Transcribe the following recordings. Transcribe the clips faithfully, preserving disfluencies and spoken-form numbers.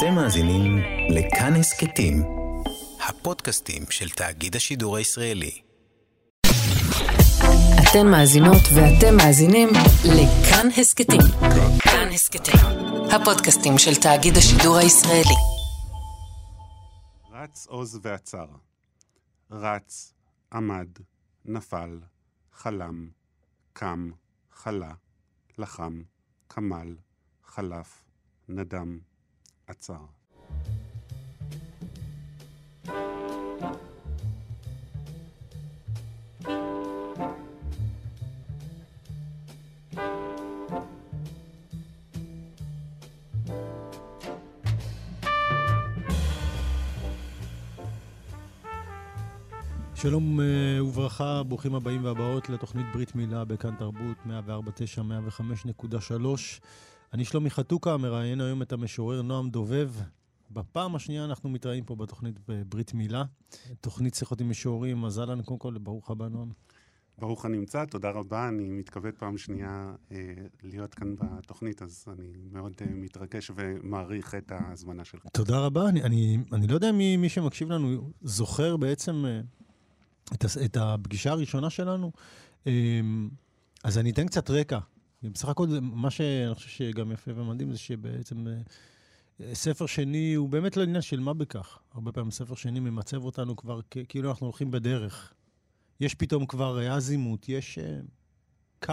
אתם מאזינים לכאן הסכתים, הפודקאסטים של תאגיד השידור הישראלי. אתן מאזינות ואתם מאזינים לכאן הסכתים. כאן הסכתים, הפודקאסטים של תאגיד השידור הישראלי. רץ עוז ועצר. רץ, עמד, נפל, חלם, קם, חלה, לחם, כמל, חלף, נדם, עצר. שלום וברכה, ברוכים הבאים והבאות לתוכנית ברית מילה בכאן תרבות מאה וארבע נקודה תשע, מאה וחמש נקודה שלוש. אני שלומי חתוקה, מראיין היום את המשורר נועם דובב. בפעם השנייה אנחנו מתראים פה בתוכנית ברית מילה. תוכנית שיחות עם משוררים, מזל לנו קודם כל, ברוך הבא נועם. ברוך הנמצא, תודה רבה. אני מתכבד פעם שנייה אה, להיות כאן בתוכנית, אז אני מאוד אה, מתרגש ומעריך את ההזמנה שלך. תודה רבה. אני, אני, אני לא יודע מי, מי שמקשיב לנו זוכר בעצם אה, את, את הפגישה הראשונה שלנו. אה, אז אני אתן קצת רקע. בסך הכל, מה שאני חושב שגם יפה ומדהים זה שבעצם אה, ספר שני הוא באמת לא עניין של מה בכך. הרבה פעמים ספר שני ממצב אותנו כבר כ- כאילו אנחנו הולכים בדרך. יש פתאום כבר אזימות, יש uh, קו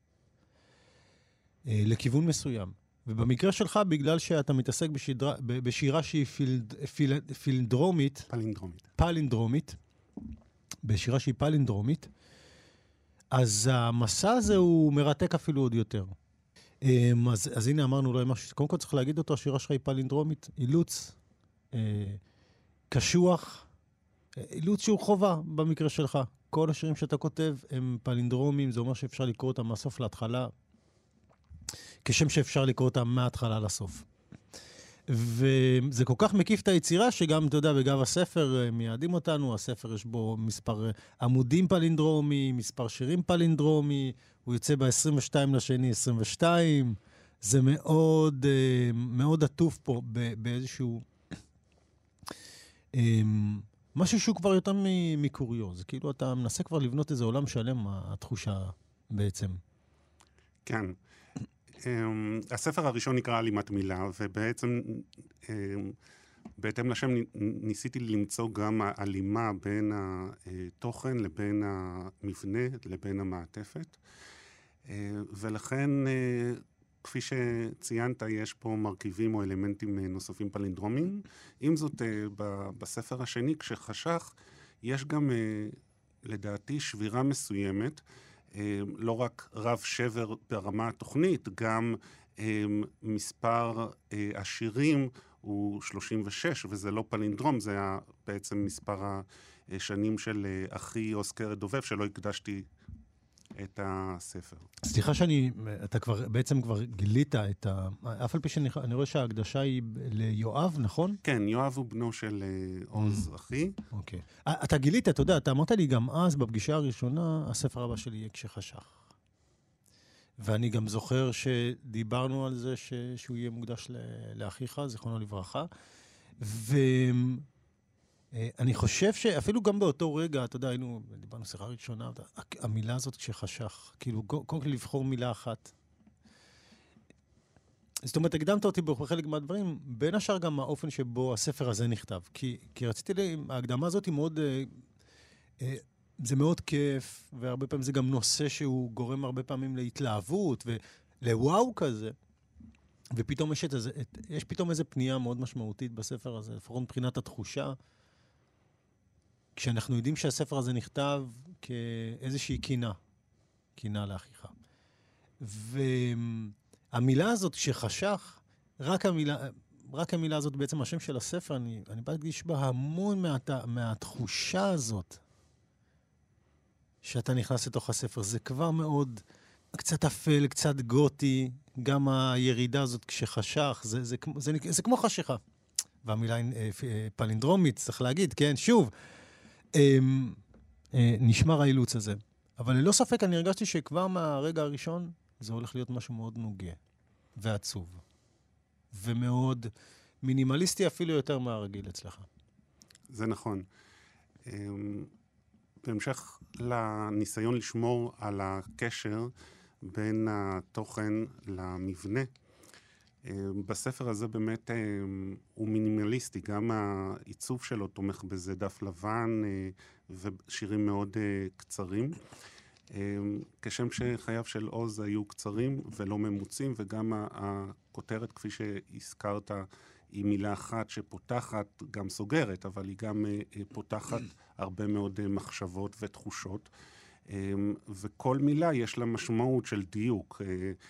uh, לכיוון מסוים. ובמקרה שלך, בגלל שאתה מתעסק בשדרה, בשירה שהיא פילד, פיל, פילנדרומית, פלינדרומית. פלינדרומית, בשירה שהיא פלינדרומית, אז המסע הזה הוא מרתק אפילו עוד יותר. Um, אז, אז הנה אמרנו לו משהו, קודם כל צריך להגיד אותו, השירה שלך היא פלינדרומית, אילוץ, uh, קשוח, אילוץ שהוא חובה במקרה שלך. כל השירים שאתה כותב הם פלינדרומים, זה אומר שאפשר לקרוא אותם מהסוף להתחלה, כשם שאפשר לקרוא אותם מההתחלה לסוף. וזה כל כך מקיף את היצירה, שגם, אתה יודע, בגב הספר מייעדים אותנו, הספר יש בו מספר עמודים פלינדרומי, מספר שירים פלינדרומי, הוא יוצא ב-עשרים ושתיים לשני עשרים ושתיים, זה מאוד, מאוד עטוף פה באיזשהו... משהו שהוא כבר יותר מקוריוז, כאילו אתה מנסה כבר לבנות איזה עולם שלם, התחושה בעצם. כן. הספר הראשון נקרא עלימת מילה, ובעצם בהתאם לשם ניסיתי למצוא גם הלימה בין התוכן לבין המבנה, לבין המעטפת, ולכן כפי שציינת, יש פה מרכיבים או אלמנטים נוספים פלינדרומיים. עם זאת, בספר השני, כשחשך, יש גם, לדעתי, שבירה מסוימת, לא רק רב שבר ברמה התוכנית, גם מספר השירים הוא שלושים ושש, וזה לא פלינדרום, זה בעצם מספר השנים של אחי אוסקר דובב, שלא הקדשתי את הספר. סליחה שאני, אתה כבר, בעצם כבר גילית את ה... אף על פי שאני רואה שההקדשה היא ליואב, נכון? כן, יואב הוא בנו של עוז אחי. אוקיי. אתה גילית, אתה יודע, אתה אמרת לי גם אז, בפגישה הראשונה, הספר הבא שלי יהיה כשחשך. ואני גם זוכר שדיברנו על זה ש... שהוא יהיה מוקדש לאחיך, זיכרונו לברכה. ו... אני חושב שאפילו גם באותו רגע, אתה יודע, היינו, דיברנו שיחה ראשונה, המילה הזאת כשחשך, כאילו, קודם כל לבחור מילה אחת. זאת אומרת, הקדמת אותי בחלק מהדברים, בין השאר גם האופן שבו הספר הזה נכתב. כי, כי רציתי לי, ההקדמה הזאת היא מאוד, אה, אה, זה מאוד כיף, והרבה פעמים זה גם נושא שהוא גורם הרבה פעמים להתלהבות, ולוואו כזה. ופתאום יש, את, את, יש פתאום איזו פנייה מאוד משמעותית בספר הזה, לפחות מבחינת התחושה, כשאנחנו יודעים שהספר הזה נכתב כאיזושהי קינה, קינה לאחיך. והמילה הזאת שחשך, רק המילה, רק המילה הזאת בעצם השם של הספר, אני, אני בא להקדיש בה המון מה, מהתחושה הזאת, שאתה נכנס לתוך הספר. זה כבר מאוד קצת אפל, קצת גותי, גם הירידה הזאת כשחשך, זה, זה, זה, זה, זה כמו חשיכה. והמילה פלינדרומית, צריך להגיד, כן, שוב, נשמר האילוץ הזה. אבל ללא ספק אני הרגשתי שכבר מהרגע הראשון זה הולך להיות משהו מאוד נוגע ועצוב. ומאוד מינימליסטי אפילו יותר מהרגיל אצלך. זה נכון. בהמשך לניסיון לשמור על הקשר בין התוכן למבנה, בספר הזה באמת הוא מינימליסטי, גם העיצוב שלו תומך בזה, דף לבן ושירים מאוד קצרים. כשם שחייו של עוז היו קצרים ולא ממוצים, וגם הכותרת, כפי שהזכרת, היא מילה אחת שפותחת, גם סוגרת, אבל היא גם פותחת הרבה מאוד מחשבות ותחושות. וכל מילה יש לה משמעות של דיוק.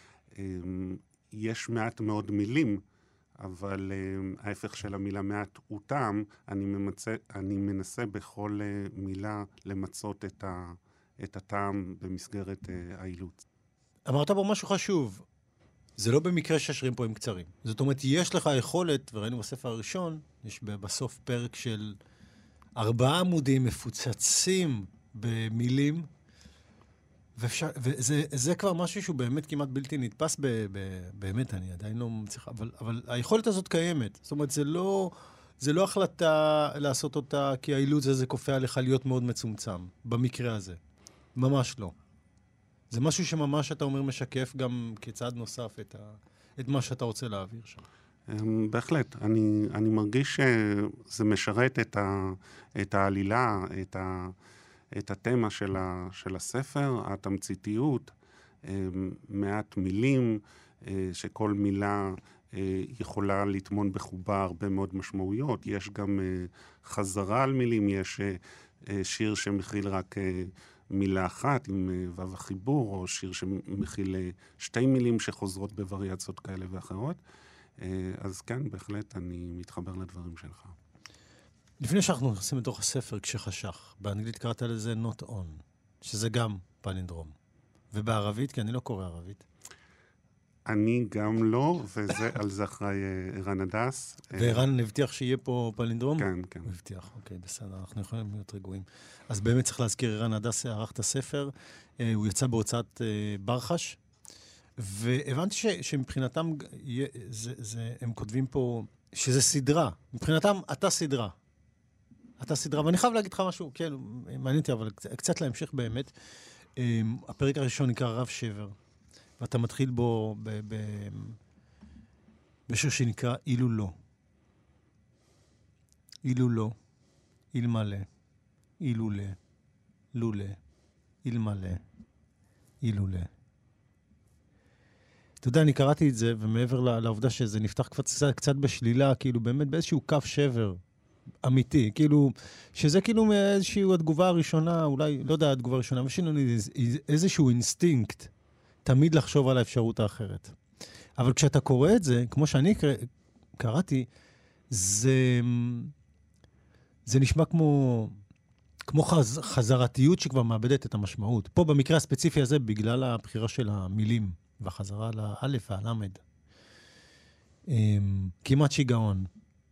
יש מעט מאוד מילים, אבל uh, ההפך של המילה מעט הוא טעם. אני, ממצא, אני מנסה בכל uh, מילה למצות את, ה, את הטעם במסגרת uh, האילוץ. אמרת בו משהו חשוב. זה לא במקרה שהשירים פה הם קצרים. זאת אומרת, יש לך יכולת, וראינו בספר הראשון, יש בסוף פרק של ארבעה עמודים מפוצצים במילים, ואפשר, וזה זה כבר משהו שהוא באמת כמעט בלתי נתפס, ב, ב, באמת, אני עדיין לא מצליח, אבל, אבל היכולת הזאת קיימת. זאת אומרת, זה לא, זה לא החלטה לעשות אותה, כי האילוץ הזה כופה עליך להיות מאוד מצומצם, במקרה הזה. ממש לא. זה משהו שממש אתה אומר משקף גם כצעד נוסף את, ה, את מה שאתה רוצה להעביר שם. בהחלט. אני, אני מרגיש שזה משרת את, ה, את העלילה, את ה... את התמה של, ה, של הספר, התמציתיות, מעט מילים, שכל מילה יכולה לטמון בחובה הרבה מאוד משמעויות. יש גם חזרה על מילים, יש שיר שמכיל רק מילה אחת עם וו החיבור, או שיר שמכיל שתי מילים שחוזרות בווריאציות כאלה ואחרות. אז כן, בהחלט אני מתחבר לדברים שלך. לפני שאנחנו נכנסים לתוך הספר, כשחשך, באנגלית קראת לזה not on, שזה גם פלינדרום. ובערבית, כי אני לא קורא ערבית. אני גם לא, ועל זה אחראי ערן הדס. וערן הבטיח שיהיה פה פלינדרום? כן, כן. הוא הבטיח, אוקיי, בסדר, אנחנו יכולים להיות רגועים. אז באמת צריך להזכיר, ערן הדס ערך את הספר, הוא יצא בהוצאת ברחש, והבנתי ש, שמבחינתם, זה, זה, הם כותבים פה שזה סדרה. מבחינתם, אתה סדרה. אתה סדרה, ואני חייב להגיד לך משהו, כן, מעניין אותי, אבל קצת להמשיך באמת. הפרק הראשון נקרא רב שבר, ואתה מתחיל בו ב- ב- בשיר שנקרא אילו לא. אילו לא, אלמלא, אילולה, לולה, אלמלא, אילולה. אתה יודע, אני קראתי את זה, ומעבר לעובדה שזה נפתח קצת, קצת בשלילה, כאילו באמת באיזשהו קו שבר, אמיתי, כאילו, שזה כאילו מאיזושהי התגובה הראשונה, אולי, לא יודע, התגובה הראשונה, אבל יש לנו איזשהו אינסטינקט, תמיד לחשוב על האפשרות האחרת. אבל כשאתה קורא את זה, כמו שאני קראתי, זה, זה נשמע כמו, כמו חז, חזרתיות שכבר מאבדת את המשמעות. פה במקרה הספציפי הזה, בגלל הבחירה של המילים, והחזרה לאלף והלמד. כמעט שיגעון.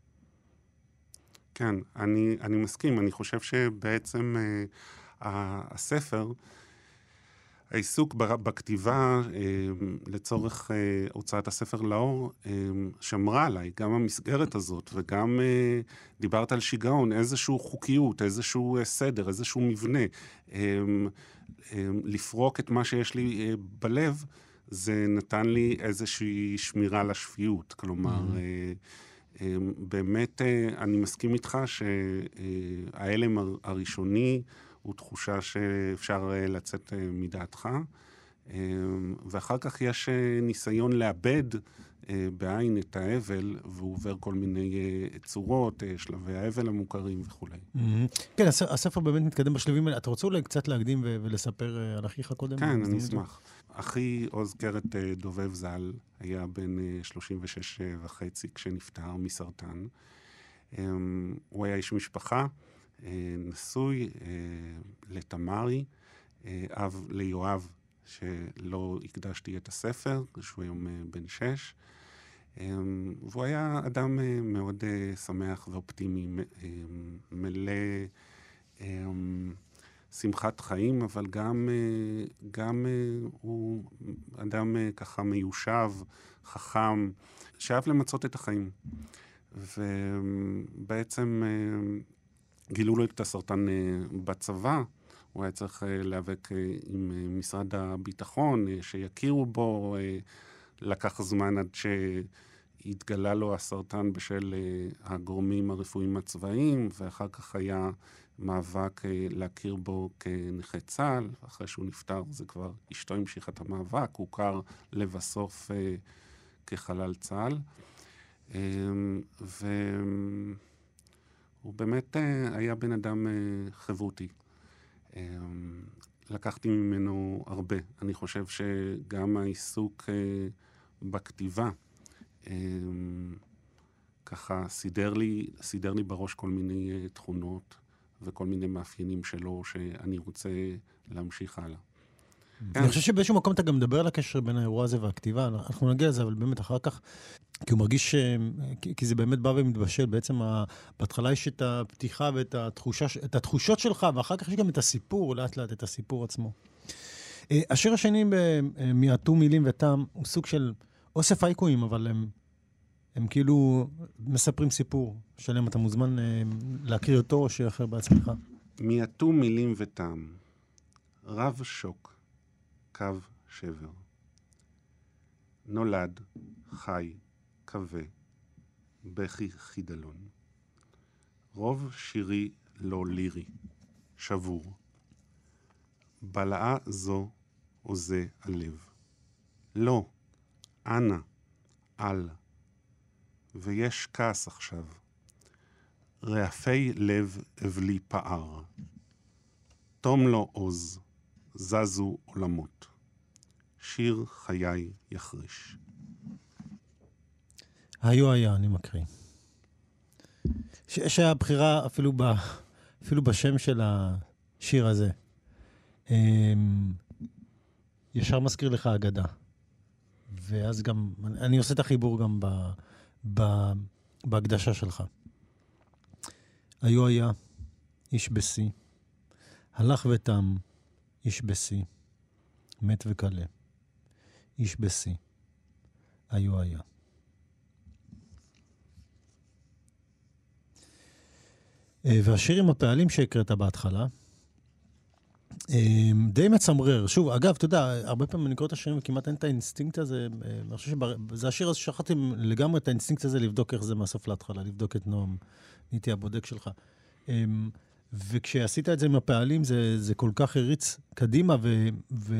כן, אני, אני מסכים. אני חושב שבעצם אה, הספר, העיסוק בכתיבה אה, לצורך אה, הוצאת הספר לאור, אה, שמרה עליי, גם המסגרת הזאת, וגם אה, דיברת על שיגעון, איזשהו חוקיות, איזשהו אה, סדר, איזשהו מבנה. אה, אה, לפרוק את מה שיש לי אה, בלב, זה נתן לי איזושהי שמירה לשפיות. כלומר, mm-hmm. אה, באמת אני מסכים איתך שההלם הראשוני הוא תחושה שאפשר לצאת מדעתך, ואחר כך יש ניסיון לאבד בעין את האבל, והוא עובר כל מיני צורות, שלבי האבל המוכרים וכו'. כן, הספר באמת מתקדם בשלבים האלה. אתה רוצה אולי קצת להקדים ולספר על אחיך קודם? כן, אני אשמח. אחי עוז קרת דובב ז"ל היה בן שלושים ושש וחצי כשנפטר מסרטן. הוא היה איש משפחה, נשוי לתמרי, אב ליואב, שלא הקדשתי את הספר, שהוא היום בן שש. והוא היה אדם מאוד שמח ואופטימי, מלא שמחת חיים, אבל גם, גם הוא אדם ככה מיושב, חכם, שאהב למצות את החיים. ובעצם גילו לו את הסרטן בצבא, הוא היה צריך להיאבק עם משרד הביטחון, שיכירו בו, לקח זמן עד שהתגלה לו הסרטן בשל הגורמים הרפואיים הצבאיים, ואחר כך היה מאבק להכיר בו כנכה צה"ל, אחרי שהוא נפטר זה כבר אשתו המשיכה את המאבק, הוא הוכר לבסוף כחלל צה"ל, והוא באמת היה בן אדם חברותי. לקחתי ממנו הרבה. אני חושב שגם העיסוק בכתיבה ככה סידר לי, סידר לי בראש כל מיני תכונות וכל מיני מאפיינים שלו שאני רוצה להמשיך הלאה. אני חושב שבאיזשהו מקום אתה גם מדבר על הקשר בין האירוע הזה והכתיבה, אנחנו נגיע לזה, אבל באמת אחר כך, כי הוא מרגיש, כי זה באמת בא ומתבשל, בעצם בהתחלה יש את הפתיחה ואת התחושה, את התחושות שלך, ואחר כך יש גם את הסיפור, לאט לאט את הסיפור עצמו. השיר השני מעטו מילים וטעם, הוא סוג של אוסף אייקויים, אבל הם, הם כאילו מספרים סיפור שלם, אתה מוזמן להקריא אותו או שיר אחר בעצמך. מעטו מילים וטעם, רב שוק, קו שבר. נולד, חי, קווה, בכי חידלון. רוב שירי לא לירי, שבור. בלעה זו או זה הלב. לא, אנא, אל. ויש כעס עכשיו. רעפי לב אבלי פער. תום לו עוז, זזו עולמות. שיר חיי יחריש. היו היה, אני מקריא. שהיה בחירה אפילו, ב, אפילו בשם של השיר הזה. ישר מזכיר לך אגדה. ואז גם, אני עושה את החיבור גם ב, ב, בהקדשה שלך. היו היה, איש בסי. הלך ותם, איש בסי. מת וקלה. איש בסי. היו היה. והשיר עם הפעלים שהקראת בהתחלה, די מצמרר. שוב, אגב, אתה יודע, הרבה פעמים אני קורא את השירים וכמעט אין את האינסטינקט הזה, אני חושב שזה השיר הזה ששכחתי לגמרי את האינסטינקט הזה לבדוק איך זה מהסוף להתחלה, לבדוק את נועם, נהייתי הבודק שלך. וכשעשית את זה עם הפעלים, זה, זה כל כך הריץ קדימה ו... ו...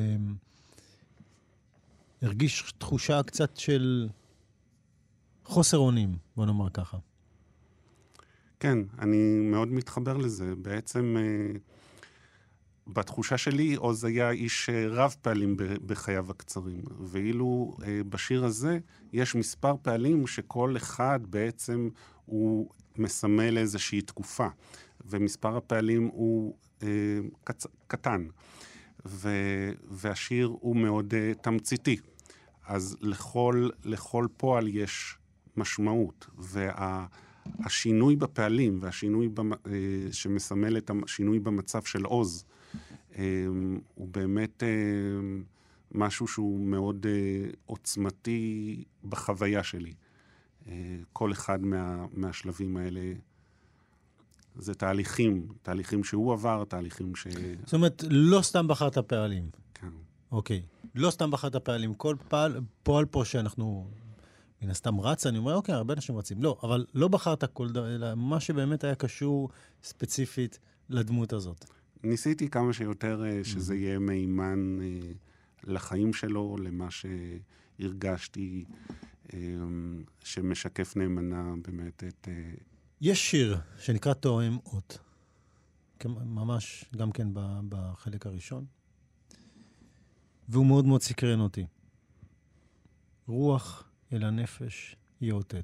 הרגיש תחושה קצת של חוסר אונים, בוא נאמר ככה. כן, אני מאוד מתחבר לזה. בעצם, בתחושה שלי, עוז היה איש רב פעלים בחייו הקצרים. ואילו בשיר הזה, יש מספר פעלים שכל אחד בעצם הוא מסמל איזושהי תקופה. ומספר הפעלים הוא קצ... קטן. ו... והשיר הוא מאוד תמציתי. אז לכל, לכל פועל יש משמעות. והשינוי בפעלים והשינוי במ... שמסמל את השינוי במצב של עוז, הוא באמת משהו שהוא מאוד עוצמתי בחוויה שלי. כל אחד מה... מהשלבים האלה זה תהליכים, תהליכים שהוא עבר, תהליכים ש... זאת אומרת, לא סתם בחרת פעלים. כן. אוקיי. לא סתם בחרת פעלים. כל פעל, פועל פה שאנחנו, מן הסתם רץ, אני אומר, אוקיי, הרבה אנשים רצים. לא, אבל לא בחרת כל דבר, אלא מה שבאמת היה קשור ספציפית לדמות הזאת. ניסיתי כמה שיותר שזה יהיה מימן לחיים שלו, למה שהרגשתי, שמשקף נאמנה באמת את... יש שיר שנקרא תואם אות, ממש גם כן בחלק הראשון, והוא מאוד מאוד סקרן אותי. רוח אל הנפש יאותת,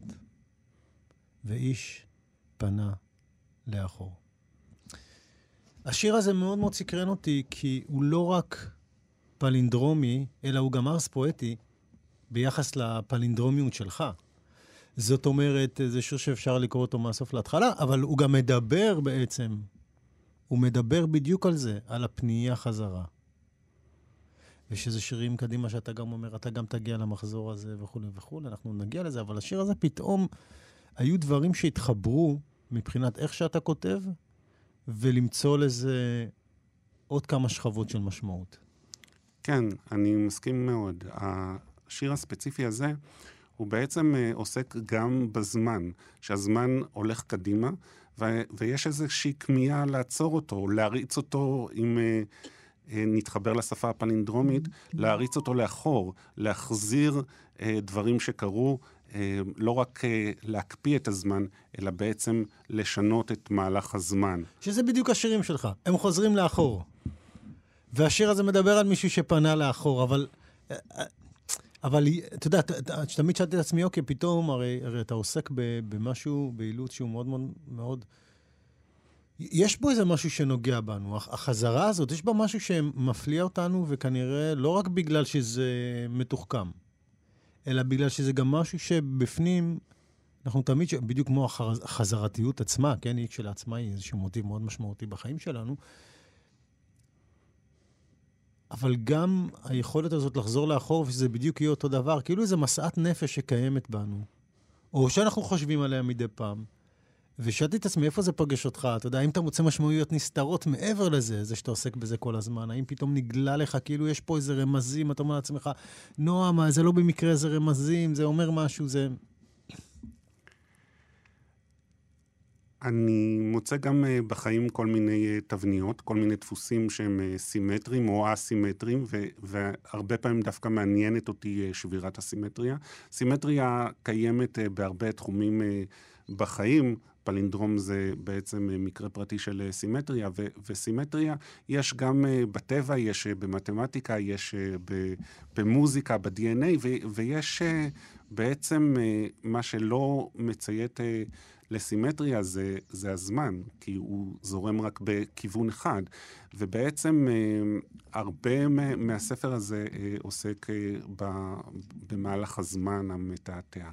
ואיש פנה לאחור. השיר הזה מאוד מאוד סקרן אותי, כי הוא לא רק פלינדרומי, אלא הוא גם ארס פואטי ביחס לפלינדרומיות שלך. זאת אומרת, זה שיר שאפשר לקרוא אותו מהסוף להתחלה, אבל הוא גם מדבר בעצם, הוא מדבר בדיוק על זה, על הפנייה חזרה. ושזה שירים קדימה שאתה גם אומר, אתה גם תגיע למחזור הזה וכו' וכו', אנחנו נגיע לזה, אבל השיר הזה פתאום, היו דברים שהתחברו מבחינת איך שאתה כותב, ולמצוא לזה עוד כמה שכבות של משמעות. כן, אני מסכים מאוד. השיר הספציפי הזה, הוא בעצם עוסק גם בזמן, שהזמן הולך קדימה, ו- ויש איזושהי כמיהה לעצור אותו, להריץ אותו עם... נתחבר לשפה הפלינדרומית, להריץ אותו לאחור, להחזיר אה, דברים שקרו, אה, לא רק אה, להקפיא את הזמן, אלא בעצם לשנות את מהלך הזמן. שזה בדיוק השירים שלך, הם חוזרים לאחור. והשיר הזה מדבר על מישהו שפנה לאחור, אבל... אבל, אתה יודע, תמיד שאלתי את עצמי, אוקיי, פתאום, הרי, הרי אתה עוסק במשהו, באילוץ שהוא מאוד מאוד מאוד... יש בו איזה משהו שנוגע בנו. החזרה הזאת, יש בה משהו שמפליע אותנו, וכנראה לא רק בגלל שזה מתוחכם, אלא בגלל שזה גם משהו שבפנים, אנחנו תמיד, בדיוק כמו החזרתיות עצמה, כן, היא כשלעצמה היא איזשהו מוטיב מאוד משמעותי בחיים שלנו, אבל גם היכולת הזאת לחזור לאחור, ושזה בדיוק יהיה אותו דבר, כאילו איזו מסעת נפש שקיימת בנו, או שאנחנו חושבים עליה מדי פעם, ושאלתי את עצמי, איפה זה פגש אותך? אתה יודע, האם אתה מוצא משמעויות נסתרות מעבר לזה, זה שאתה עוסק בזה כל הזמן? האם פתאום נגלה לך, כאילו יש פה איזה רמזים, אתה אומר לעצמך, נועם, זה לא במקרה איזה רמזים, זה אומר משהו, זה... אני מוצא גם בחיים כל מיני תבניות, כל מיני דפוסים שהם סימטריים או אסימטריים, ו- והרבה פעמים דווקא מעניינת אותי שבירת הסימטריה. סימטריה קיימת בהרבה תחומים בחיים, פלינדרום זה בעצם מקרה פרטי של סימטריה, ו- וסימטריה יש גם בטבע, יש במתמטיקה, יש במוזיקה, ב-די אן איי, ו- ויש בעצם מה שלא מציית לסימטריה זה, זה הזמן, כי הוא זורם רק בכיוון אחד, ובעצם הרבה מהספר הזה עוסק במהלך הזמן המתעתע.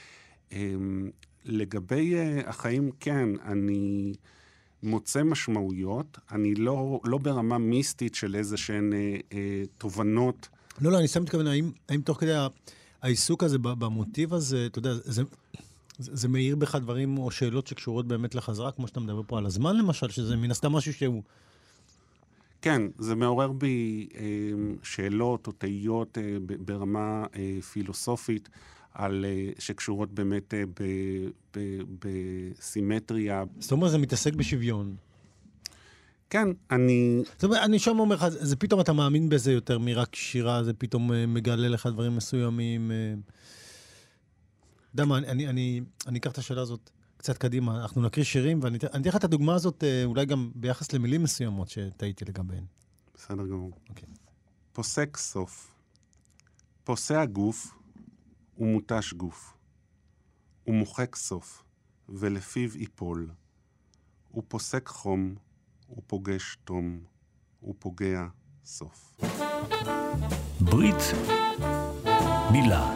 לגבי החיים, כן, אני מוצא משמעויות, אני לא, לא ברמה מיסטית של איזה שהן אה, אה, תובנות. לא, לא, אני שם מתכוון, האם, האם תוך כדי העיסוק הזה, במוטיב הזה, אתה יודע, זה, זה, זה מאיר בך דברים או שאלות שקשורות באמת לחזרה, כמו שאתה מדבר פה על הזמן למשל, שזה מן הסתם משהו שהוא... כן, זה מעורר בי אה, שאלות או תהיות אה, ברמה אה, פילוסופית, על, שקשורות באמת ב, ב, בסימטריה. זאת אומרת, זה מתעסק בשוויון. כן, אני... זאת אומרת, אני שם אומר לך, זה פתאום אתה מאמין בזה יותר מרק שירה, זה פתאום מגלה לך דברים מסוימים. יודע מה, אני, אני, אני אקח את השאלה הזאת קצת קדימה. אנחנו נקריא שירים, ואני אתן לך את הדוגמה הזאת אולי גם ביחס למילים מסוימות שטעיתי לגביהן. בסדר גמור. אוקיי. פוסק סוף. פוסע גוף, הוא מוטש גוף. הוא מוחק סוף, ולפיו ייפול. הוא פוסק חום, הוא פוגש תום, הוא פוגע סוף. ברית מילה.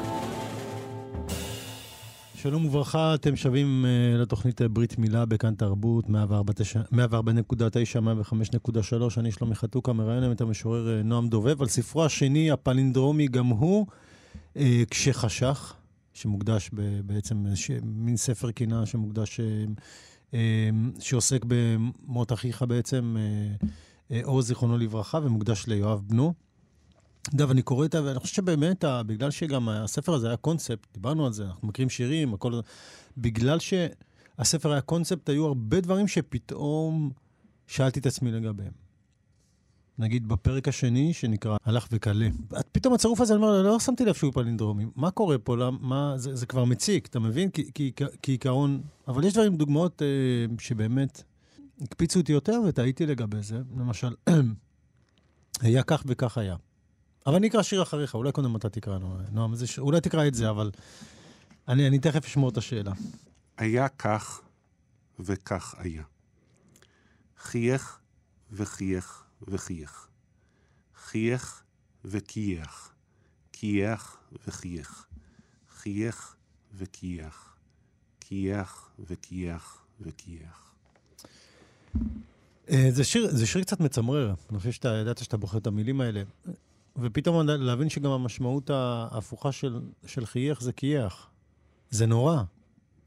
שלום וברכה, אתם שווים uh, לתוכנית ברית מילה בכאן תרבות, מאה וארבע נקודה תשע, מאה וחמש נקודה שלוש. אני שלומי חתוקה, מראיין את המשורר uh, נועם דובב, על ספרו השני, הפלינדרומי, גם הוא, uh, כשחשך, שמוקדש ב- בעצם ש- מין ספר קינה שמוקדש, uh, uh, שעוסק במות אחיך בעצם, uh, uh, אור זיכרונו לברכה, ומוקדש ליואב בנו. אגב, אני קורא את זה, ואני חושב שבאמת, בגלל שגם הספר הזה היה קונספט, דיברנו על זה, אנחנו מכירים שירים, הכל, בגלל שהספר היה קונספט, היו הרבה דברים שפתאום שאלתי את עצמי לגביהם. נגיד, בפרק השני, שנקרא הלך וקלה. פתאום הצירוף הזה, אני אומר, לא שמתי לב שהוא פלינדרומי. מה קורה פה? מה, זה, זה כבר מציק, אתה מבין? כי, כי, כי עיקרון, אבל יש דברים, דוגמאות אה, שבאמת הקפיצו אותי יותר, וטעיתי לגבי זה. למשל, היה כך וכך היה. אבל אני אקרא שיר אחריך, אולי קודם אתה תקרא, נועם, ש... אולי תקרא את זה, אבל אני, אני תכף אשמור את השאלה. היה כך וכך היה. חייך וחייך וחייך. חייך וקייח. קייח וחייך. חייך וקייח. קייח וקייח וקייח. זה שיר, זה שיר קצת מצמרר. אני חושב שאתה ידעת שאתה בוחר את המילים האלה. ופתאום להבין שגם המשמעות ההפוכה של, של חייך זה קייח. זה נורא.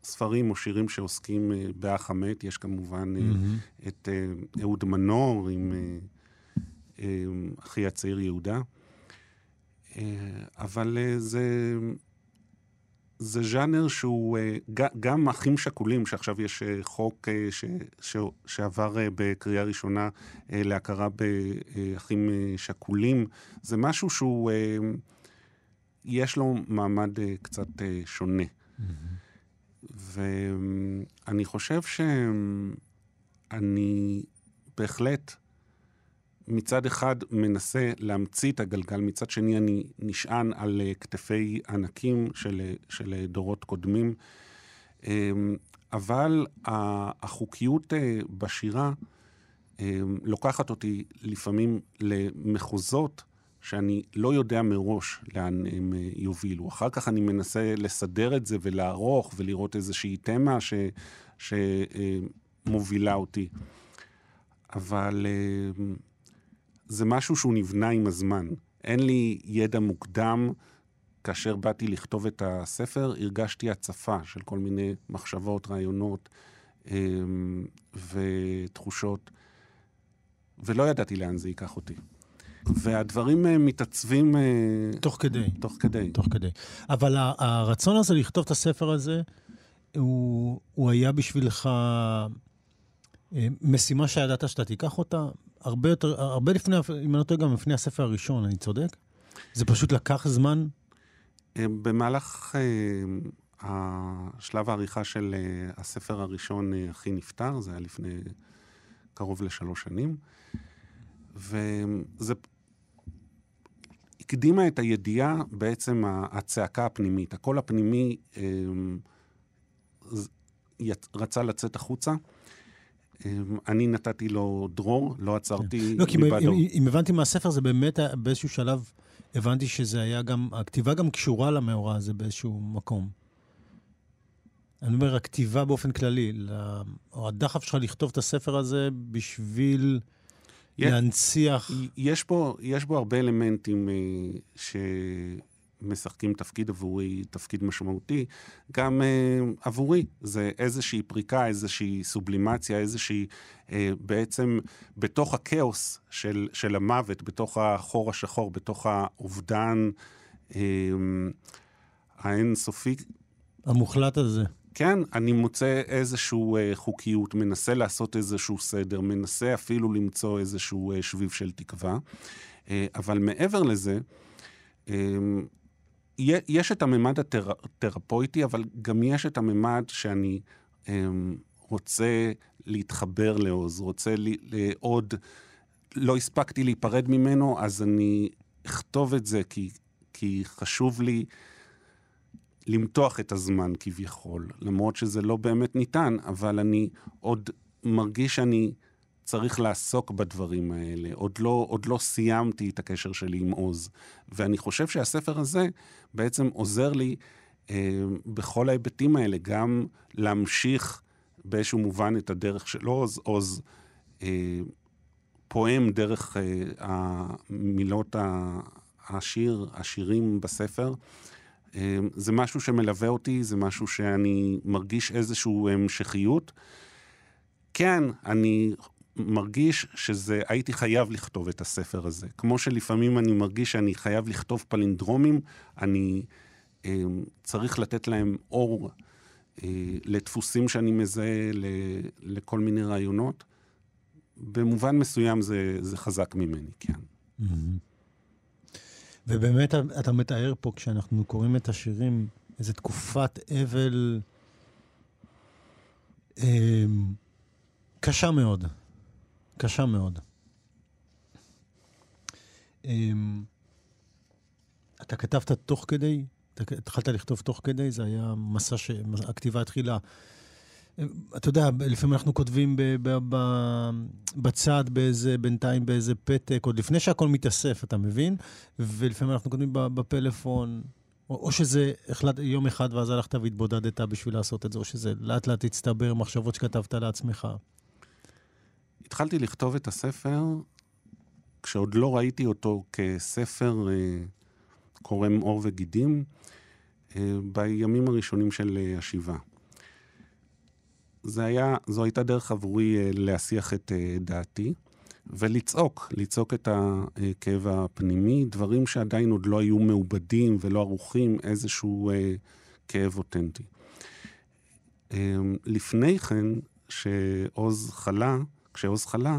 ספרים או שירים שעוסקים uh, באח המת, יש כמובן mm-hmm. uh, את uh, אהוד מנור עם uh, uh, אחי הצעיר יהודה. Uh, אבל uh, זה... זה ז'אנר שהוא uh, גם אחים שכולים, שעכשיו יש uh, חוק uh, ש, ש, שעבר uh, בקריאה ראשונה uh, להכרה באחים uh, שכולים. זה משהו שהוא, uh, יש לו מעמד uh, קצת uh, שונה. Mm-hmm. ואני חושב שאני בהחלט מצד אחד מנסה להמציא את הגלגל, מצד שני אני נשען על כתפי ענקים של, של דורות קודמים. אבל החוקיות בשירה לוקחת אותי לפעמים למחוזות שאני לא יודע מראש לאן הם יובילו. אחר כך אני מנסה לסדר את זה ולערוך ולראות איזושהי תמה ש, שמובילה אותי. אבל זה משהו שהוא נבנה עם הזמן. אין לי ידע מוקדם. כאשר באתי לכתוב את הספר, הרגשתי הצפה של כל מיני מחשבות, רעיונות ותחושות, ולא ידעתי לאן זה ייקח אותי. והדברים מתעצבים תוך כדי. תוך כדי. תוך כדי. אבל הרצון הזה לכתוב את הספר הזה, הוא, הוא היה בשבילך משימה שידעת שאתה תיקח אותה, הרבה יותר, הרבה לפני, אם אני לא טועה גם לפני הספר הראשון, אני צודק? זה פשוט לקח זמן? במהלך השלב העריכה של הספר הראשון, אחי נפטר, זה היה לפני קרוב לשלוש שנים, וזה הקדימה את הידיעה, בעצם הצעקה הפנימית. הקול הפנימי רצה לצאת החוצה. אני נתתי לו דרור, לא עצרתי מבעדו. אם הבנתי מהספר, זה באמת באיזשהו שלב, הבנתי שזה היה גם, הכתיבה גם קשורה למאורע הזה באיזשהו מקום. אני אומר, הכתיבה באופן כללי, או הדחף שלך לכתוב את הספר הזה בשביל להנציח. יש בו, יש בו הרבה אלמנטים שמשחקים תפקיד עבורי, תפקיד משמעותי. גם עבורי זה איזושהי פריקה, איזושהי סובלימציה, איזושהי בעצם בתוך הכאוס של, של המוות, בתוך החור השחור, בתוך האובדן האינסופי. המוחלט הזה. כן, אני מוצא איזשהו uh, חוקיות, מנסה לעשות איזשהו סדר, מנסה אפילו למצוא איזשהו uh, שביב של תקווה. Uh, אבל מעבר לזה, uh, יש את הממד התרפויטי, אבל גם יש את הממד שאני uh, רוצה להתחבר לעוז, רוצה לי, לעוד, לא הספקתי להיפרד ממנו, אז אני אכתוב את זה, כי, כי חשוב לי למתוח את הזמן כביכול, למרות שזה לא באמת ניתן, אבל אני עוד מרגיש שאני צריך לעסוק בדברים האלה. עוד לא, עוד לא סיימתי את הקשר שלי עם עוז. ואני חושב שהספר הזה בעצם עוזר לי אה, בכל ההיבטים האלה, גם להמשיך באיזשהו מובן את הדרך של עוז. עוז אה, פועם דרך אה, המילות השיר, השירים בספר, זה משהו שמלווה אותי, זה משהו שאני מרגיש איזשהו המשכיות. כן, אני מרגיש שזה, הייתי חייב לכתוב את הספר הזה. כמו שלפעמים אני מרגיש שאני חייב לכתוב פלינדרומים, אני אה, צריך לתת להם אור אה, לדפוסים שאני מזהה, ל, לכל מיני רעיונות. במובן מסוים זה, זה חזק ממני, כן. Mm-hmm. ובאמת אתה מתאר פה, כשאנחנו קוראים את השירים, איזו תקופת אבל אה, קשה מאוד. קשה מאוד. אה, אתה כתבת תוך כדי? אתה התחלת לכתוב תוך כדי? זה היה מסע שהכתיבה התחילה. אתה יודע, לפעמים אנחנו כותבים ב, ב, ב, בצד, באיזה, בינתיים באיזה פתק, עוד לפני שהכל מתאסף, אתה מבין? ולפעמים אנחנו כותבים בפלאפון, או, או שזה החלט, יום אחד ואז הלכת והתבודדת בשביל לעשות את זה, או שזה לאט לאט הצטבר מחשבות שכתבת לעצמך. התחלתי לכתוב את הספר, כשעוד לא ראיתי אותו כספר אה, קורם עור וגידים, אה, בימים הראשונים של אה, השיבה. זה היה, זו הייתה דרך עבורי להשיח את דעתי, ולצעוק, לצעוק את הכאב הפנימי, דברים שעדיין עוד לא היו מעובדים ולא ערוכים, איזשהו כאב אותנטי. לפני כן, שעוז חלה, כשעוז חלה,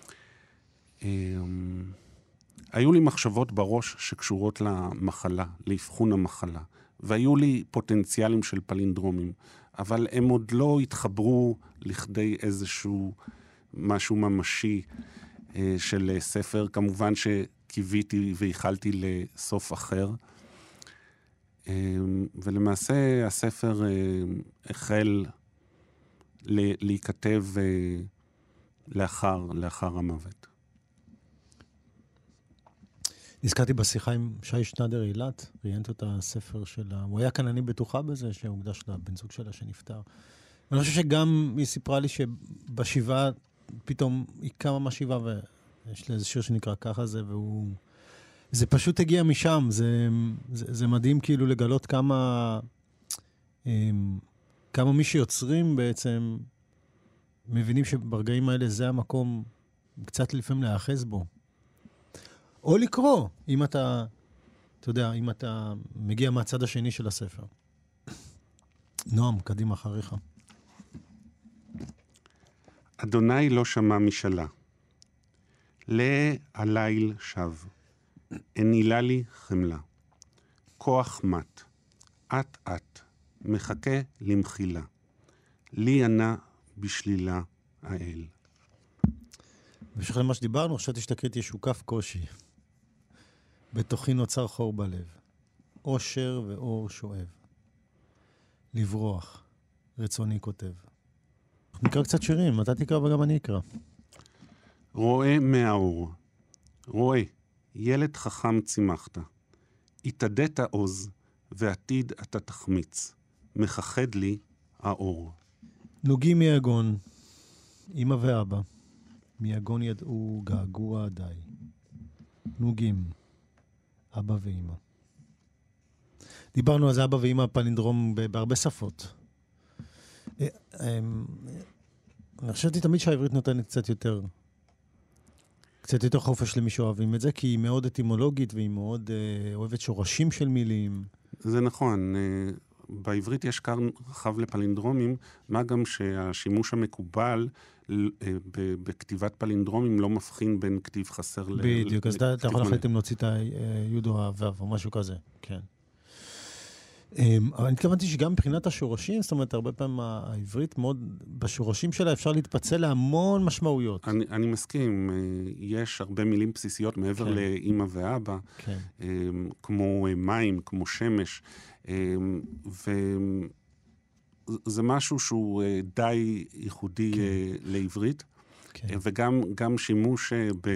היו לי מחשבות בראש שקשורות למחלה, לאבחון המחלה, והיו לי פוטנציאלים של פלינדרומים, אבל הם עוד לא התחברו לכדי איזשהו משהו ממשי של ספר, כמובן שקיוויתי וייחלתי לסוף אחר. ולמעשה הספר החל להיכתב לאחר, לאחר המוות. נזכרתי בשיחה עם שי שנדר אילת, ראיינת את הספר שלה, הוא היה כאן אני בטוחה בזה, שהוקדש לבן זוג שלה שנפטר. אני חושב שגם היא סיפרה לי שבשבעה, פתאום היא קמה מהשבעה, ויש לה איזה שיר שנקרא ככה זה, והוא... זה פשוט הגיע משם, זה, זה, זה מדהים כאילו לגלות כמה, כמה מי שיוצרים בעצם, מבינים שברגעים האלה זה המקום קצת לפעמים להאחז בו. או לקרוא, אם אתה, אתה יודע, אם אתה מגיע מהצד השני של הספר. נועם, קדימה אחריך. אדוני לא שמע משאלה. להליל שב. אנילה לי חמלה. כוח מת. את את. מחכה למחילה. לי ענה בשלילה האל. בשביל מה שדיברנו, חשבתי שתקרית ישוקף קושי. בתוכי נוצר חור בלב. אושר ואור שואב. לברוח. רצוני כותב. נקרא קצת שירים, אתה תקרא וגם אני אקרא. רואה מהאור. רואה, ילד חכם צימחת. התעדת עוז, ועתיד אתה תחמיץ. מחחד לי האור. נוגים מיגון, אמא ואבא. מיגון ידעו געגוע די. נוגים, אבא ואמא. דיברנו על זה אבא ואמא פלינדרום בהרבה שפות. אני חשבתי תמיד שהעברית נותנת קצת יותר, קצת יותר חופש למי שאוהבים את זה, כי היא מאוד אטימולוגית והיא מאוד אוהבת שורשים של מילים. זה נכון. בעברית יש קרן רחב לפלינדרומים, מה גם שהשימוש המקובל בכתיבת פלינדרומים לא מבחין בין כתיב חסר ל... בדיוק, אז אתה יכול להחליט אם להוציא את היודו הוו או משהו כזה, כן. אבל אני התכוונתי שגם מבחינת השורשים, זאת אומרת, הרבה פעמים העברית מאוד, בשורשים שלה אפשר להתפצל להמון משמעויות. אני, אני מסכים, יש הרבה מילים בסיסיות מעבר כן. לאמא ואבא, כן. כמו מים, כמו שמש, וזה משהו שהוא די ייחודי כן. לעברית, כן. וגם גם שימוש ב,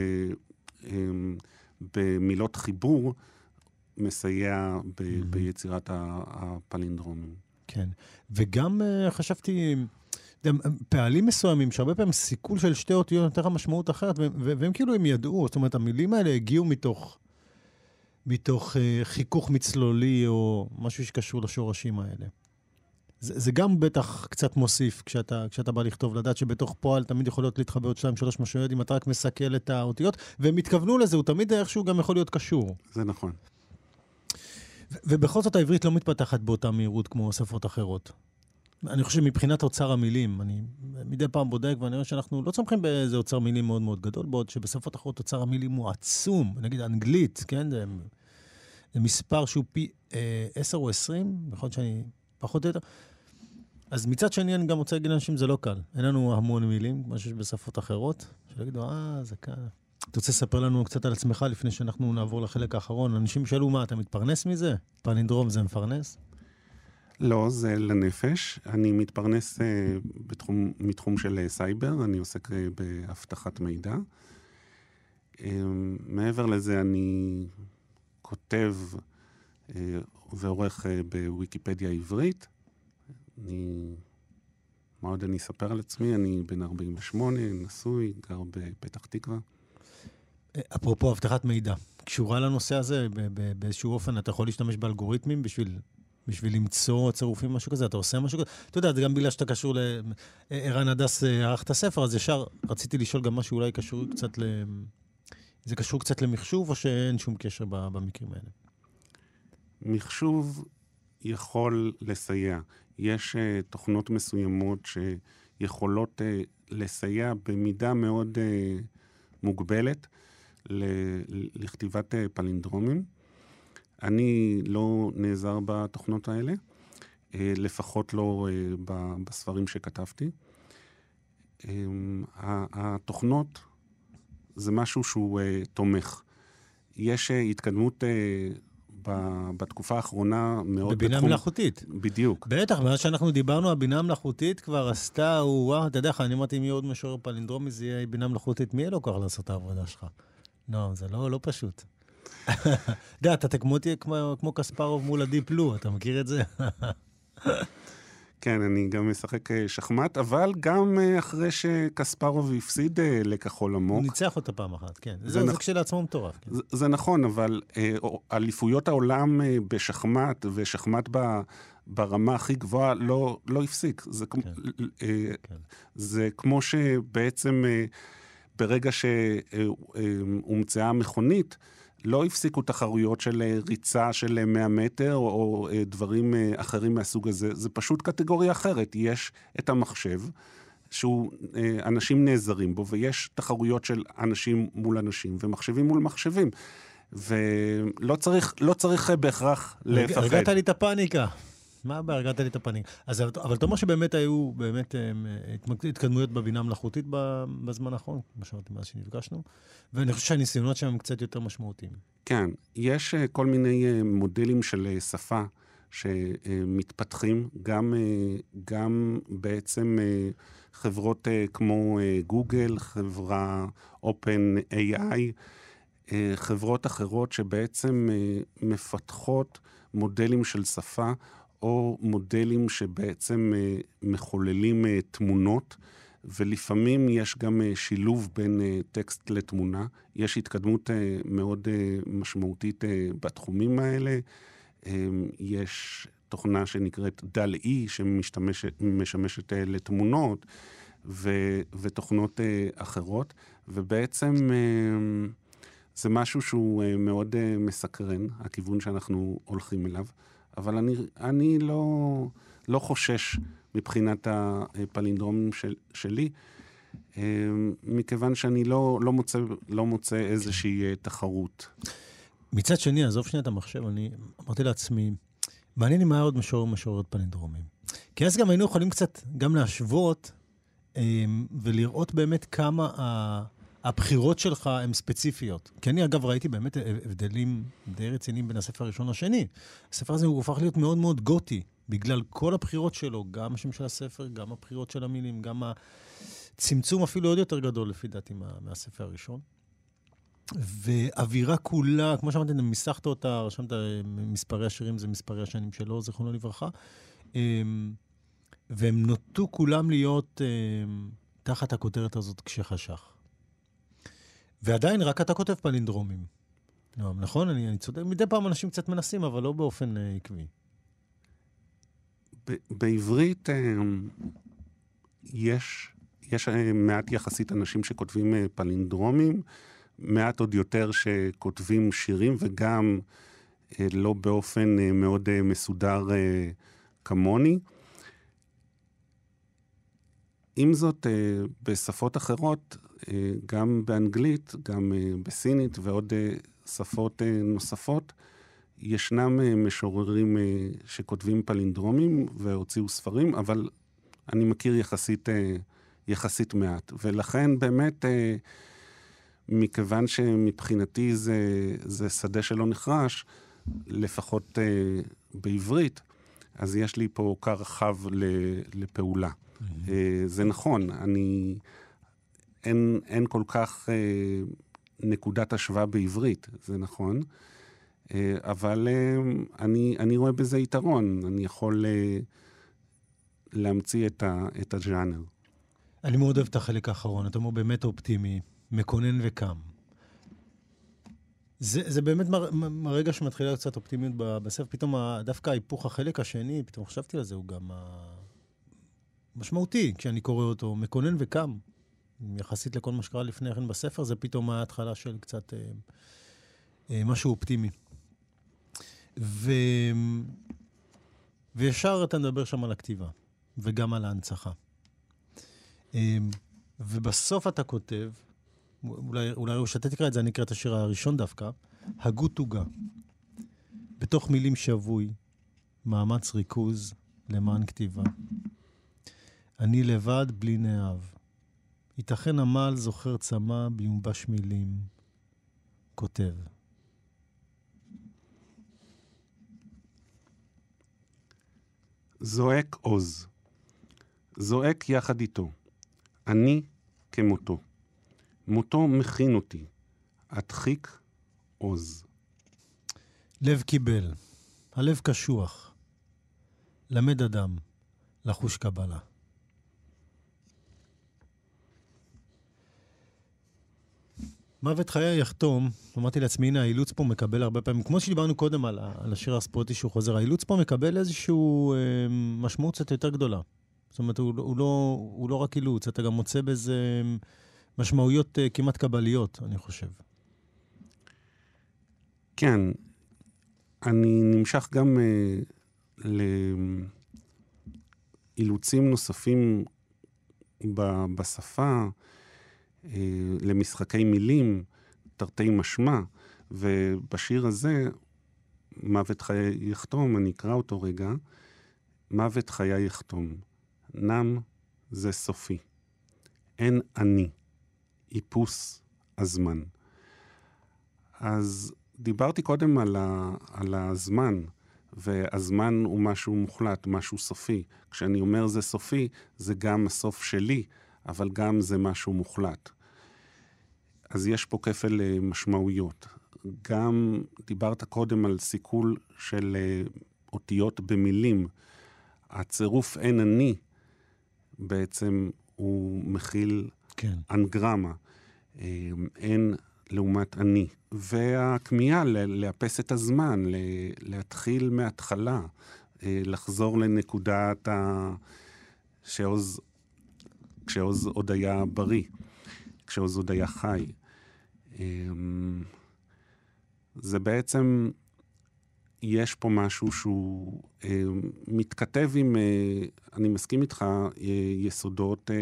במילות חיבור, מסייע ב- mm-hmm. ביצירת הפלינדרומים. כן, וגם uh, חשבתי, פעלים מסוימים, שהרבה פעמים סיכול של שתי אותיות יותר המשמעות אחרת, ו- ו- והם כאילו הם ידעו, זאת אומרת, המילים האלה הגיעו מתוך, מתוך uh, חיכוך מצלולי, או משהו שקשור לשורשים האלה. זה, זה גם בטח קצת מוסיף, כשאתה, כשאתה בא לכתוב, לדעת שבתוך פועל תמיד יכולות להתחבא עוד שתיים, שלוש משמעויות, אם אתה רק מסכל את האותיות, והם התכוונו לזה, הוא תמיד איכשהו גם יכול להיות קשור. זה נכון. ובכל זאת העברית לא מתפתחת באותה מהירות כמו שפות אחרות. אני חושב מבחינת אוצר המילים, אני מדי פעם בודק ואני רואה שאנחנו לא צומחים באיזה אוצר מילים מאוד מאוד גדול, בעוד שבשפות אחרות אוצר המילים הוא עצום. נגיד אנגלית, כן? זה, זה מספר שהוא פי אה, עשר או עשרים, בכל זאת שאני פחות או יותר. אז מצד שני אני גם רוצה להגיד לאנשים, זה לא קל. אין לנו המון מילים, כמו שיש בשפות אחרות, שלהגידו, אה, זה קל. אתה רוצה לספר לנו קצת על עצמך לפני שאנחנו נעבור לחלק האחרון? אנשים שאלו מה, אתה מתפרנס מזה? פלינדרום זה מפרנס? לא, זה לנפש. אני מתפרנס uh, בתחום, מתחום של uh, סייבר, אני עוסק uh, בהבטחת מידע. Uh, מעבר לזה אני כותב uh, ועורך uh, בוויקיפדיה עברית. אני... מה עוד אני אספר על עצמי? אני בן ארבעים ושמונה, נשוי, גר בפתח תקווה. אפרופו הבטחת מידע, קשורה לנושא הזה באיזשהו אופן, אתה יכול להשתמש באלגוריתמים בשביל, בשביל למצוא צירופים, משהו כזה, אתה עושה משהו כזה. אתה יודע, זה גם בגלל שאתה קשור ל... ערן הדס ערך את הספר, אז ישר רציתי לשאול גם משהו אולי קשור קצת ל... זה קשור קצת למחשוב, או שאין שום קשר במקרים האלה? מחשוב יכול לסייע. יש uh, תוכנות מסוימות שיכולות uh, לסייע במידה מאוד uh, מוגבלת ל- לכתיבת uh, פלינדרומים. אני לא נעזר בתוכנות האלה, uh, לפחות לא uh, ב- בספרים שכתבתי. Um, התוכנות זה משהו שהוא uh, תומך. יש uh, התקדמות... Uh, בתקופה האחרונה מאוד... בבינה מלאכותית. בדיוק. בטח, מאז שאנחנו דיברנו, הבינה המלאכותית כבר עשתה, וואו, אתה יודע, אני אמרתי, אם יהיה עוד משורר פלינדרומי, זה יהיה בינה מלאכותית, מי יהיה לו כך לעשות את העבודה שלך? לא, זה לא, לא פשוט. אתה יודע, אתה תהיה כמו, כמו קספרוב מול הדיפ בלו, אתה מכיר את זה? כן, אני גם משחק שחמט, אבל גם אחרי שקספרוב הפסיד לכחול עמוק. הוא ניצח אותה פעם אחת, כן. זה, זה, זה כשלעצמו מטורף. כן. זה, זה נכון, אבל אליפויות העולם בשחמט, ושחמט ב, ברמה הכי גבוהה, לא, לא הפסיק. זה, כן. כן. זה כמו שבעצם ברגע שהומצאה המכונית, לא הפסיקו תחרויות של ריצה של מאה מטר, או, או דברים אחרים מהסוג הזה. זה פשוט קטגוריה אחרת. יש את המחשב, שהוא, אנשים נעזרים בו, ויש תחרויות של אנשים מול אנשים, ומחשבים מול מחשבים. ולא צריך, לא צריך בהכרח לפחד. הרגעת לי את הפאניקה. מה הבא? הרגעת לי את הפאניקה. אז, אבל אתה אומר שבאמת היו, באמת, התקדמויות בבינה מלאכותית בזמן האחרון, כמו שאמרתי, מאז שנפגשנו, ואני חושב שהניסיונות שם הם קצת יותר משמעותיים. כן, יש כל מיני מודלים של שפה שמתפתחים, גם, גם בעצם חברות כמו גוגל, חברה Open איי איי, חברות אחרות שבעצם מפתחות מודלים של שפה, או מודלים שבעצם מחוללים תמונות, ולפעמים יש גם שילוב בין טקסט לתמונה. יש התקדמות מאוד משמעותית בתחומים האלה. יש תוכנה שנקראת דל-אי, שמשמשת לתמונות, ו- ותוכנות אחרות, ובעצם זה משהו שהוא מאוד מסקרן, הכיוון שאנחנו הולכים אליו. אבל אני, אני לא, לא חושש מבחינת הפלינדרומים של, שלי, מכיוון שאני לא, לא מוצא, לא מוצא איזושהי תחרות. מצד שני, עזוב שנייה את המחשב, אני אמרתי לעצמי, מעניין אם היה עוד משורר משוררת פלינדרומים. כי אז גם היינו יכולים קצת גם להשוות, ולראות באמת כמה הבחירות שלך הן ספציפיות. כי אני אגב ראיתי באמת הבדלים די רציניים בין הספר הראשון לשני. הספר הזה הוא הופך להיות מאוד מאוד גותי, בגלל כל הבחירות שלו, גם השם של הספר, גם הבחירות של המילים, גם הצמצום אפילו עוד יותר גדול לפי דעתי מה, מהספר הראשון. ואווירה כולה, כמו שאמרתי, מסכת אותה, רשמת מספרי השירים, זה מספרי השנים שלו, זכרונו לברכה. והם נוטו כולם להיות תחת הכותרת הזאת כשחשך. ועדיין רק אתה כותב פלינדרומים. לא, נכון? אני, אני צודק. מדי פעם אנשים קצת מנסים, אבל לא באופן uh, עקבי. ב- בעברית uh, יש, יש uh, מעט יחסית אנשים שכותבים uh, פלינדרומים, מעט עוד יותר שכותבים שירים, וגם uh, לא באופן uh, מאוד uh, מסודר uh, כמוני. עם זאת, uh, בשפות אחרות, גם באנגלית, גם בסינית ועוד שפות נוספות, ישנם משוררים שכותבים פלינדרומים והוציאו ספרים, אבל אני מכיר יחסית, יחסית מעט. ולכן באמת, מכיוון שמבחינתי זה, זה שדה שלא נחרש, לפחות בעברית, אז יש לי פה קר רחב לפעולה. Mm-hmm. זה נכון, אני... אין, אין כל כך אה, נקודת השוואה בעברית, זה נכון. אה, אבל אה, אני, אני רואה בזה יתרון. אני יכול אה, להמציא את, ה, את הז'אנר. אני מאוד אוהב את החלק האחרון. אתה אומר באמת אופטימי, מקונן וקם. זה, זה באמת מר, מרגע שמתחילה קצת אופטימיות בספר, פתאום דווקא ההיפוך החלק השני, פתאום חשבתי על זה, הוא גם משמעותי כשאני קורא אותו, מקונן וקם. יחסית לכל מה שקרה לפני כן בספר, זה פתאום ההתחלה של קצת אה, אה, משהו אופטימי. ו... וישר אתה מדבר שם על הכתיבה, וגם על ההנצחה. אה, ובסוף אתה כותב, אולי, אולי שאתה תקרא את זה, אני אקרא את השיר הראשון דווקא, הגות תוגה. בתוך מילים שבוי, מאמץ ריכוז למען כתיבה. אני לבד בלי נאהב. ייתכן עמל זוכר צמא ביומבש מילים. כותב. זועק עוז. זועק יחד איתו. אני כמותו. מותו מכין אותי. אדחיק עוז. לב קיבל. הלב קשוח. למד אדם. לחוש קבלה. מוות חיי יחתום, אמרתי לעצמי, הנה, האילוץ פה מקבל הרבה פעמים, כמו שדיברנו קודם על, על השיר הספורטי שהוא חוזר, האילוץ פה מקבל איזשהו אה, משמעות קצת יותר גדולה. זאת אומרת, הוא, הוא, לא, הוא לא רק אילוץ, אתה גם מוצא בזה משמעויות אה, כמעט קבליות, אני חושב. כן, אני נמשך גם אה, לאילוצים נוספים ב, בשפה, למשחקי מילים, תרתי משמע, ובשיר הזה, מוות חיי יחתום, אני אקרא אותו רגע, מוות חיי יחתום, נם זה סופי, אין אני, איפוס הזמן. אז דיברתי קודם על, ה, על הזמן, והזמן הוא משהו מוחלט, משהו סופי. כשאני אומר זה סופי, זה גם הסוף שלי, אבל גם זה משהו מוחלט. אז יש פה כפל משמעויות. גם דיברת קודם על סיכול של אותיות במילים. הצירוף אין אני בעצם הוא מכיל כן. אנגרמה. אין לעומת אני. והכמיהה לאפס את הזמן, להתחיל מההתחלה, לחזור לנקודת ה... שעוז... כשעוז עוד היה בריא, כשעוז עוד היה חי. זה בעצם, יש פה משהו שהוא מתכתב עם, אני מסכים איתך, יסודות,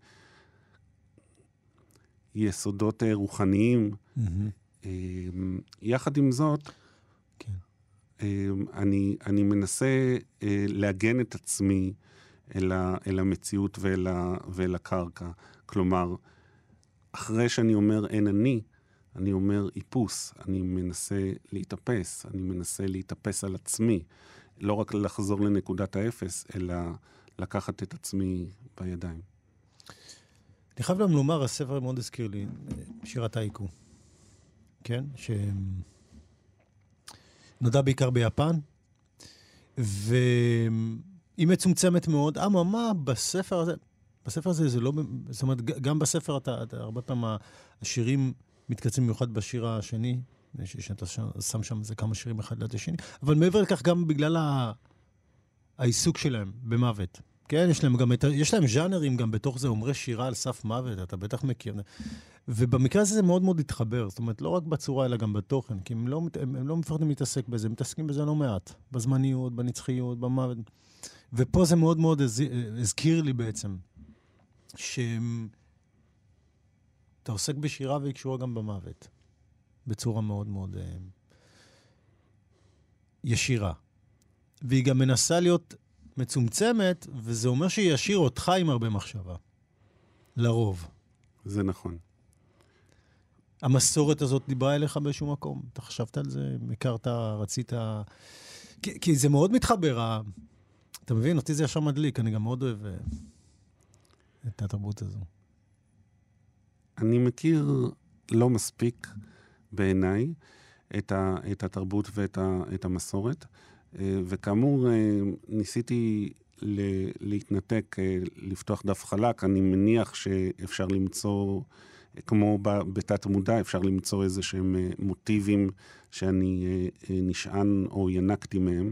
יסודות רוחניים. Mm-hmm. יחד עם זאת, כן. אני, אני מנסה להגן את עצמי, אל, ה, אל המציאות ואל, ה, ואל הקרקע. כלומר, אחרי שאני אומר אין אני, אני אומר איפוס, אני מנסה להתאפס, אני מנסה להתאפס על עצמי, לא רק לחזור לנקודת האפס, אלא לקחת את עצמי בידיים. אני חייב גם לומר, הספר מאוד הזכיר לי, שירת האיקו, כן? שנודע בעיקר ביפן, ו... היא מצומצמת מאוד. אה, מה, בספר הזה, בספר הזה זה לא, זאת אומרת, גם בספר אתה, אתה הרבה פעמים השירים מתקצרים במיוחד בשיר השני, שאתה שם שם זה כמה שירים אחד ליד השני, אבל מעבר לכך גם בגלל ה... העיסוק שלהם במוות. כן, יש להם גם, יש להם ז'אנרים גם בתוך זה, אומרי שירה על סף מוות, אתה בטח מכיר. ובמקרה הזה זה מאוד מאוד התחבר, זאת אומרת, לא רק בצורה, אלא גם בתוכן, כי הם לא, הם, הם לא מפחדים להתעסק בזה, הם מתעסקים בזה לא מעט, בזמניות, בנצחיות, במוות. ופה זה מאוד מאוד הזכיר לי בעצם, שאתה עוסק בשירה והיא קשורה גם במוות, בצורה מאוד מאוד uh, ישירה. והיא גם מנסה להיות מצומצמת, וזה אומר שהיא ישיר אותך עם הרבה מחשבה. לרוב. זה נכון. המסורת הזאת דיברה אליך באיזשהו מקום. אתה חשבת על זה? הכרת, רצית... כי, כי זה מאוד מתחבר. ה... אתה מבין? אותי זה ישר מדליק. אני גם מאוד אוהב את התרבות הזו. אני מכיר לא מספיק בעיניי את, ה... את התרבות ואת ה... את המסורת. וכאמור, ניסיתי להתנתק, לפתוח דף חלק. אני מניח שאפשר למצוא כמו בתת המודע, אפשר למצוא איזה שהם מוטיבים שאני נשען או ינקתי מהם.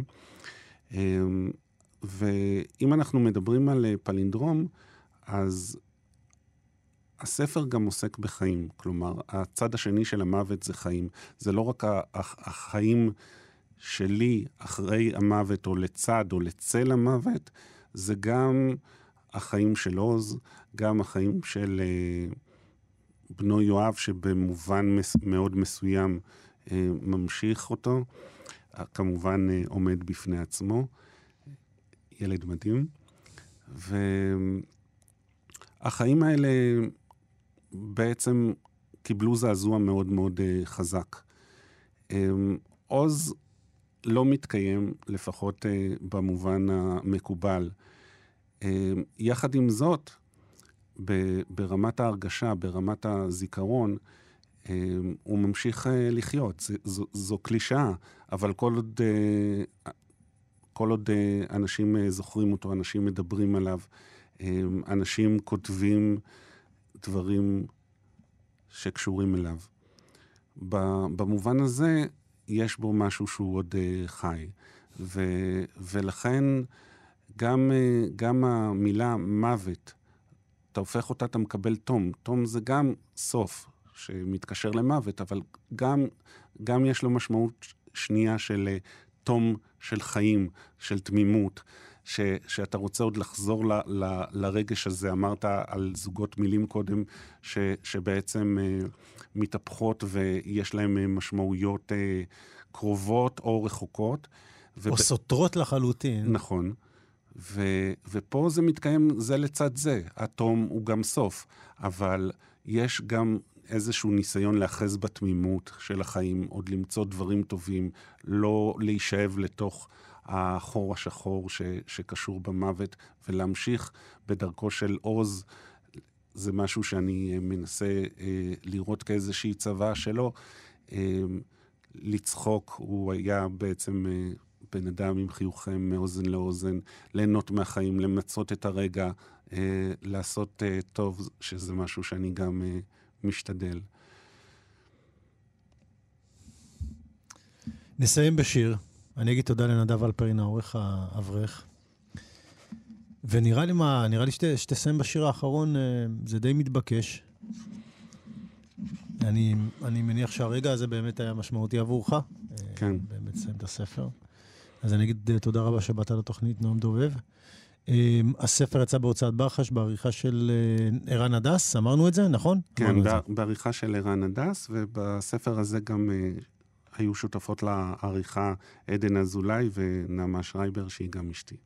ואם אנחנו מדברים על פלינדרום, אז הספר גם עוסק בחיים. כלומר, הצד השני של המוות זה חיים. זה לא רק החיים שלי אחרי המוות, או לצד, או לצל המוות, זה גם החיים של עוז, גם החיים של בנו יואב, שבמובן מאוד מסוים ממשיך אותו, כמובן עומד בפני עצמו, ילד מדהים. והחיים האלה בעצם קיבלו זעזוע מאוד מאוד חזק. עוז לא מתקיים, לפחות במובן המקובל. יחד עם זאת, ברמת ההרגשה, ברמת הזיכרון, הוא ממשיך לחיות. זו, זו קלישאה, אבל כל עוד, כל עוד אנשים זוכרים אותו, אנשים מדברים עליו, אנשים כותבים דברים שקשורים אליו. במובן הזה, יש בו משהו שהוא עוד חי. ו, ולכן גם, גם המילה מוות, אתה הופך אותה, אתה מקבל תום. תום זה גם סוף שמתקשר למוות, אבל גם, גם יש לו משמעות שנייה של תום של חיים, של תמימות, ש, שאתה רוצה עוד לחזור ל, ל, לרגש הזה. אמרת על זוגות מילים קודם, ש, שבעצם uh, מתהפכות ויש להם uh, משמעויות uh, קרובות או רחוקות. או וב... סותרות לחלוטין. נכון. ו, ופה זה מתקיים זה לצד זה. התום הוא גם סוף, אבל יש גם איזשהו ניסיון לאחז בתמימות של החיים, עוד למצוא דברים טובים, לא להישאב לתוך החור השחור ש, שקשור במוות, ולהמשיך בדרכו של עוז. זה משהו שאני מנסה אה, לראות כאיזושהי צבא שלו. אה, לצחוק, הוא היה בעצם אה, בן אדם עם חיוכם מאוזן לאוזן, ליהנות מהחיים, למצות את הרגע, אה, לעשות אה, טוב, שזה משהו שאני גם אה, משתדל. נסיים בשיר. אני אגיד תודה לנדב אלפרין, העורך האברך. ונראה לי מה, נראה לי שת, שתסיים בשיר האחרון, זה די מתבקש. אני, אני מניח שהרגע הזה באמת היה משמעותי עבורך. כן. באמת סיים את הספר. אז אני אגיד תודה רבה שבאת לתוכנית, נועם דובב. הספר יצא בהוצאת ברחש, בעריכה של ערן הדס, אמרנו את זה, נכון? כן, בעריכה של ערן הדס, ובספר הזה גם היו שותפות לעריכה עדן אזולאי ונעמה שרייבר, שהיא גם אשתי.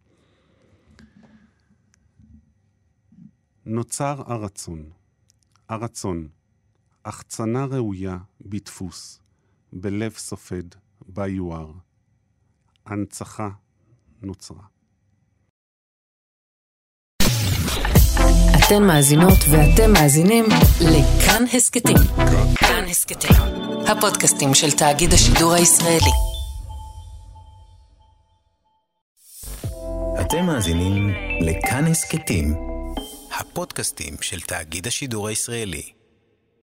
נוצר הרצון. הרצון. החצנה ראויה בדפוס, בלב סופד, בה יואר. הנצחה נוצרה. אתן מאזינות ואתם מאזינים לכאן הסקטים. כאן הסקטים, הפודקאסטים של תאגיד השידור הישראלי. אתם מאזינים לכאן הסקטים, הפודקאסטים של תאגיד השידור הישראלי.